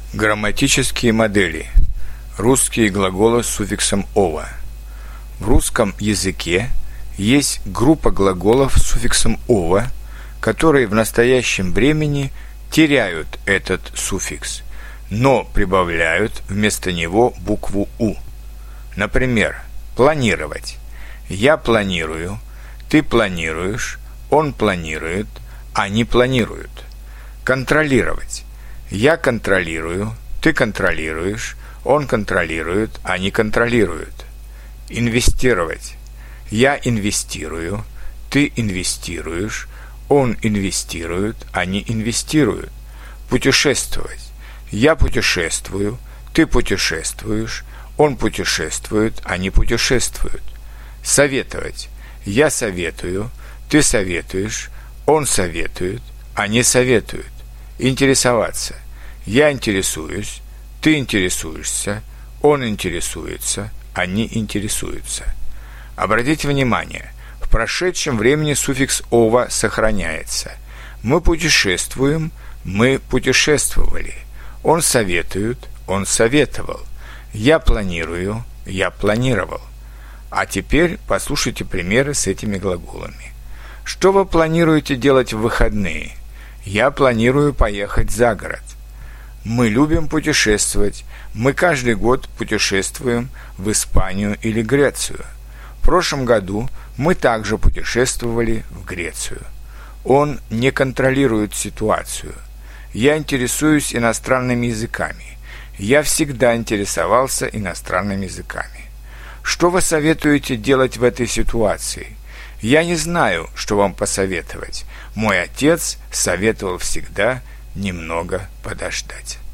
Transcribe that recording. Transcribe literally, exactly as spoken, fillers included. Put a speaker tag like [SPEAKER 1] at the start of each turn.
[SPEAKER 1] Грамматические модели. Русские глаголы с суффиксом «ово». В русском языке есть группа глаголов с суффиксом «ово», которые в настоящем времени теряют этот суффикс, но прибавляют вместо него букву «у». Например, планировать. Я планирую, ты планируешь, он планирует, они планируют. Контролировать. Я контролирую, ты контролируешь, он контролирует, они контролируют. Инвестировать. Я инвестирую, ты инвестируешь, он инвестирует, они инвестируют. Путешествовать. Я путешествую, ты путешествуешь, он путешествует, они путешествуют. Советовать. Я советую, ты советуешь, он советует, они советуют. Интересоваться. Я интересуюсь, ты интересуешься, он интересуется, они интересуются. Обратите внимание, в прошедшем времени суффикс «ово» сохраняется. Мы путешествуем, мы путешествовали. Он советует, он советовал. Я планирую, я планировал. А теперь послушайте примеры с этими глаголами. Что вы планируете делать в выходные? Я планирую поехать за город. Мы любим путешествовать. Мы каждый год путешествуем в Испанию или Грецию. В прошлом году мы также путешествовали в Грецию. Он не контролирует ситуацию. Я интересуюсь иностранными языками. Я всегда интересовался иностранными языками. Что вы советуете делать в этой ситуации? Я не знаю, что вам посоветовать. Мой отец советовал всегда немного подождать.